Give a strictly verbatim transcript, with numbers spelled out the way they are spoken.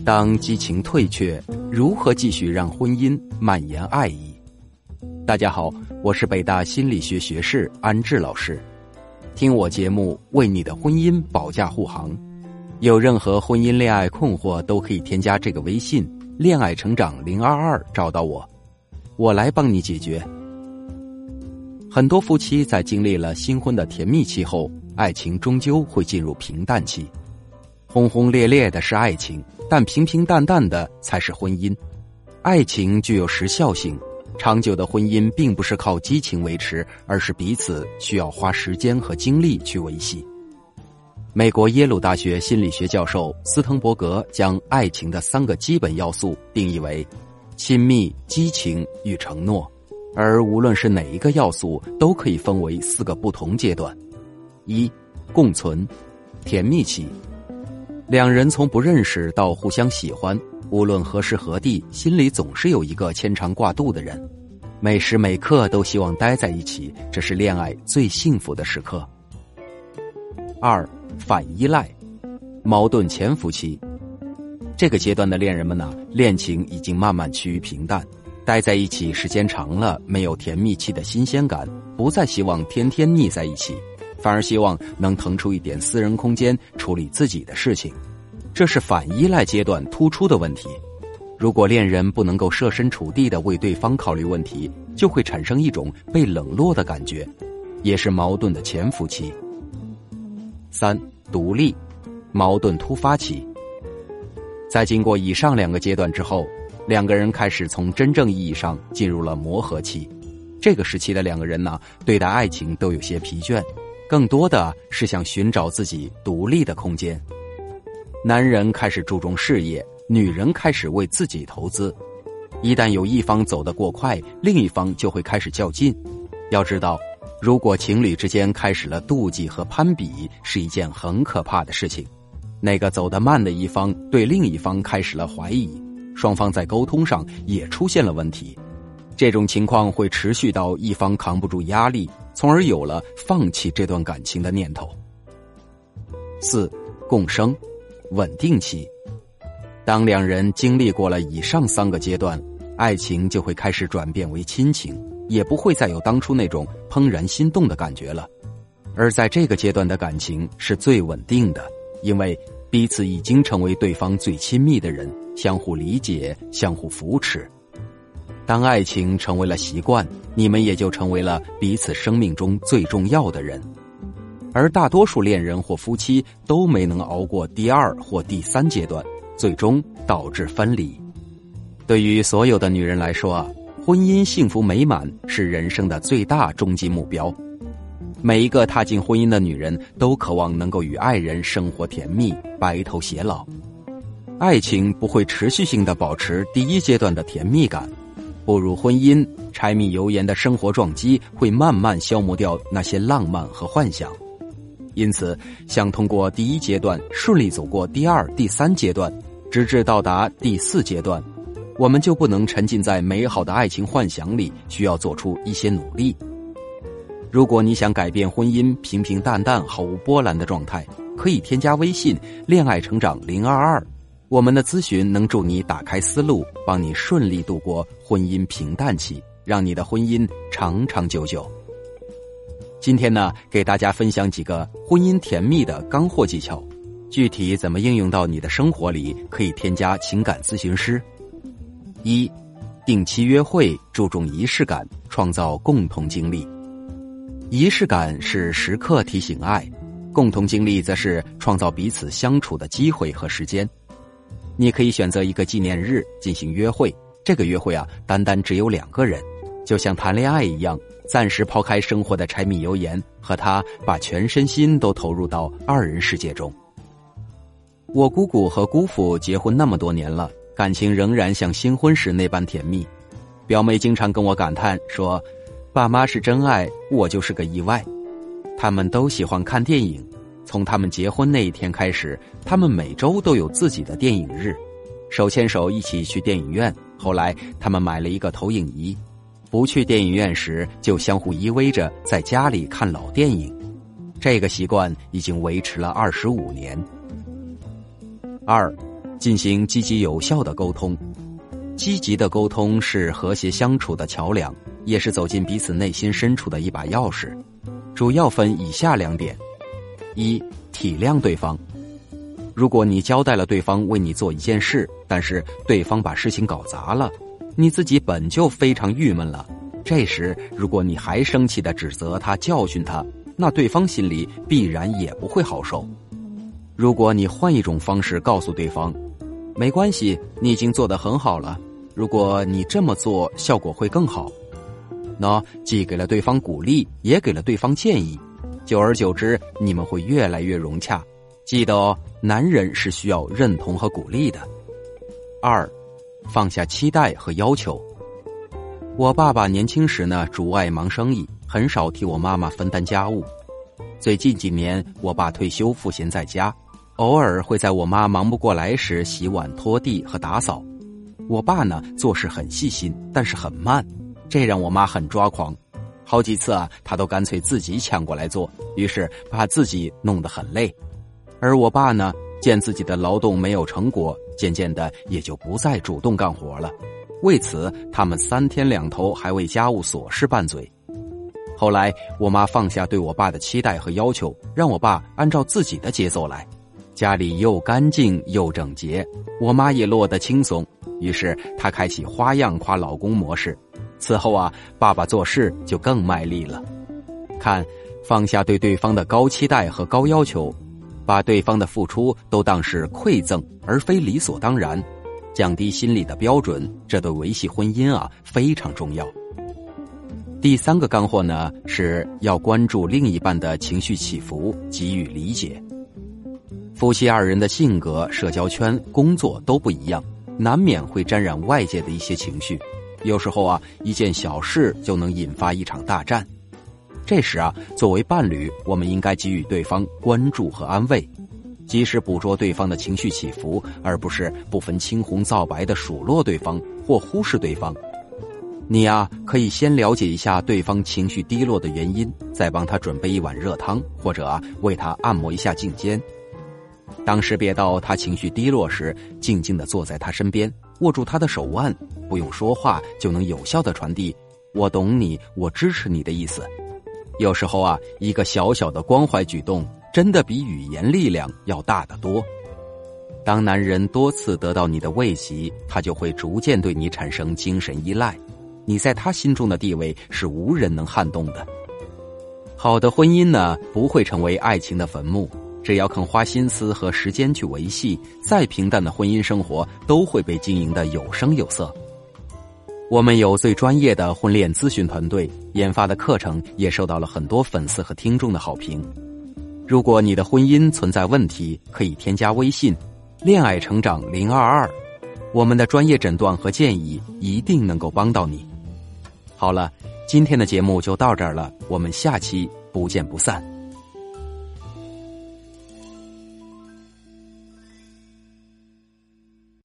当激情退却，如何继续让婚姻蔓延爱意？大家好，我是北大心理学学士安志老师。听我节目，为你的婚姻保驾护航。有任何婚姻恋爱困惑，都可以添加这个微信恋爱成长零二二找到我，我来帮你解决。很多夫妻在经历了新婚的甜蜜期后，爱情终究会进入平淡期。轰轰烈烈的是爱情，但平平淡淡的才是婚姻。爱情具有时效性，长久的婚姻并不是靠激情维持，而是彼此需要花时间和精力去维系。美国耶鲁大学心理学教授斯滕伯格将爱情的三个基本要素定义为亲密、激情与承诺，而无论是哪一个要素都可以分为四个不同阶段。一、共存，甜蜜期。两人从不认识到互相喜欢，无论何时何地，心里总是有一个牵肠挂肚的人，每时每刻都希望待在一起，这是恋爱最幸福的时刻。二、反依赖，矛盾潜伏期。这个阶段的恋人们呢，恋情已经慢慢趋于平淡，待在一起时间长了，没有甜蜜期的新鲜感，不再希望天天腻在一起，反而希望能腾出一点私人空间处理自己的事情，这是反依赖阶段突出的问题。如果恋人不能够设身处地地为对方考虑问题，就会产生一种被冷落的感觉，也是矛盾的潜伏期。三、独立，矛盾突发期。在经过以上两个阶段之后，两个人开始从真正意义上进入了磨合期。这个时期的两个人呢，对待爱情都有些疲倦，更多的是想寻找自己独立的空间。男人开始注重事业，女人开始为自己投资。一旦有一方走得过快，另一方就会开始较劲。要知道，如果情侣之间开始了妒忌和攀比，是一件很可怕的事情。那个走得慢的一方对另一方开始了怀疑，双方在沟通上也出现了问题。这种情况会持续到一方扛不住压力，从而有了放弃这段感情的念头。四、共生，稳定期。当两人经历过了以上三个阶段，爱情就会开始转变为亲情，也不会再有当初那种怦然心动的感觉了。而在这个阶段的感情是最稳定的，因为彼此已经成为对方最亲密的人，相互理解，相互扶持。当爱情成为了习惯，你们也就成为了彼此生命中最重要的人。而大多数恋人或夫妻都没能熬过第二或第三阶段，最终导致分离。对于所有的女人来说啊，婚姻幸福美满是人生的最大终极目标。每一个踏进婚姻的女人都渴望能够与爱人生活甜蜜，白头偕老。爱情不会持续性地保持第一阶段的甜蜜感，步入婚姻，柴米油盐的生活撞击会慢慢消磨掉那些浪漫和幻想。因此，想通过第一阶段顺利走过第二、第三阶段，直至到达第四阶段，我们就不能沉浸在美好的爱情幻想里，需要做出一些努力。如果你想改变婚姻平平淡淡毫无波澜的状态，可以添加微信恋爱成长零二二，我们的咨询能助你打开思路，帮你顺利度过婚姻平淡期，让你的婚姻长长久久。今天呢，给大家分享几个婚姻甜蜜的干货技巧，具体怎么应用到你的生活里，可以添加情感咨询师。一、定期约会，注重仪式感，创造共同经历。仪式感是时刻提醒爱，共同经历则是创造彼此相处的机会和时间。你可以选择一个纪念日进行约会，这个约会啊，单单只有两个人，就像谈恋爱一样，暂时抛开生活的柴米油盐，和他把全身心都投入到二人世界中。我姑姑和姑父结婚那么多年了，感情仍然像新婚时那般甜蜜。表妹经常跟我感叹说，爸妈是真爱，我就是个意外。他们都喜欢看电影，从他们结婚那一天开始，他们每周都有自己的电影日，手牵手一起去电影院。后来他们买了一个投影仪，不去电影院时就相互依偎着在家里看老电影。这个习惯已经维持了二十五年。二、 进行积极有效的沟通。积极的沟通是和谐相处的桥梁，也是走进彼此内心深处的一把钥匙。主要分以下两点：一、体谅对方。如果你交代了对方为你做一件事，但是对方把事情搞砸了，你自己本就非常郁闷了，这时如果你还生气地指责他、教训他，那对方心里必然也不会好受。如果你换一种方式告诉对方，没关系，你已经做得很好了，如果你这么做效果会更好，那既给了对方鼓励，也给了对方建议，久而久之你们会越来越融洽。记得哦，男人是需要认同和鼓励的。二、放下期待和要求。我爸爸年轻时呢，主外忙生意，很少替我妈妈分担家务。最近几年，我爸退休赋闲在家，偶尔会在我妈忙不过来时洗碗、拖地和打扫。我爸呢，做事很细心，但是很慢，这让我妈很抓狂。好几次啊，他都干脆自己抢过来做，于是把自己弄得很累。而我爸呢，见自己的劳动没有成果，渐渐的也就不再主动干活了。为此，他们三天两头还为家务琐事拌嘴。后来，我妈放下对我爸的期待和要求，让我爸按照自己的节奏来，家里又干净又整洁，我妈也落得轻松。于是，她开启花样夸老公模式。此后啊，爸爸做事就更卖力了。看，放下对对方的高期待和高要求，把对方的付出都当是馈赠而非理所当然，降低心理的标准，这对维系婚姻啊非常重要。第三个干货呢，是要关注另一半的情绪起伏，给予理解。夫妻二人的性格、社交圈、工作都不一样，难免会沾染外界的一些情绪，有时候啊，一件小事就能引发一场大战。这时啊，作为伴侣，我们应该给予对方关注和安慰，及时捕捉对方的情绪起伏，而不是不分青红皂白的数落对方或忽视对方。你啊，可以先了解一下对方情绪低落的原因，再帮他准备一碗热汤，或者啊，为他按摩一下颈肩。当识别到他情绪低落时，静静地坐在他身边，握住他的手腕，不用说话就能有效地传递我懂你，我支持你的意思。有时候啊，一个小小的关怀举动，真的比语言力量要大得多。当男人多次得到你的慰藉，他就会逐渐对你产生精神依赖，你在他心中的地位是无人能撼动的。好的婚姻呢，不会成为爱情的坟墓，只要肯花心思和时间去维系，再平淡的婚姻生活都会被经营得有声有色。我们有最专业的婚恋咨询团队，研发的课程也受到了很多粉丝和听众的好评。如果你的婚姻存在问题，可以添加微信恋爱成长零二二，我们的专业诊断和建议一定能够帮到你。好了，今天的节目就到这儿了，我们下期不见不散。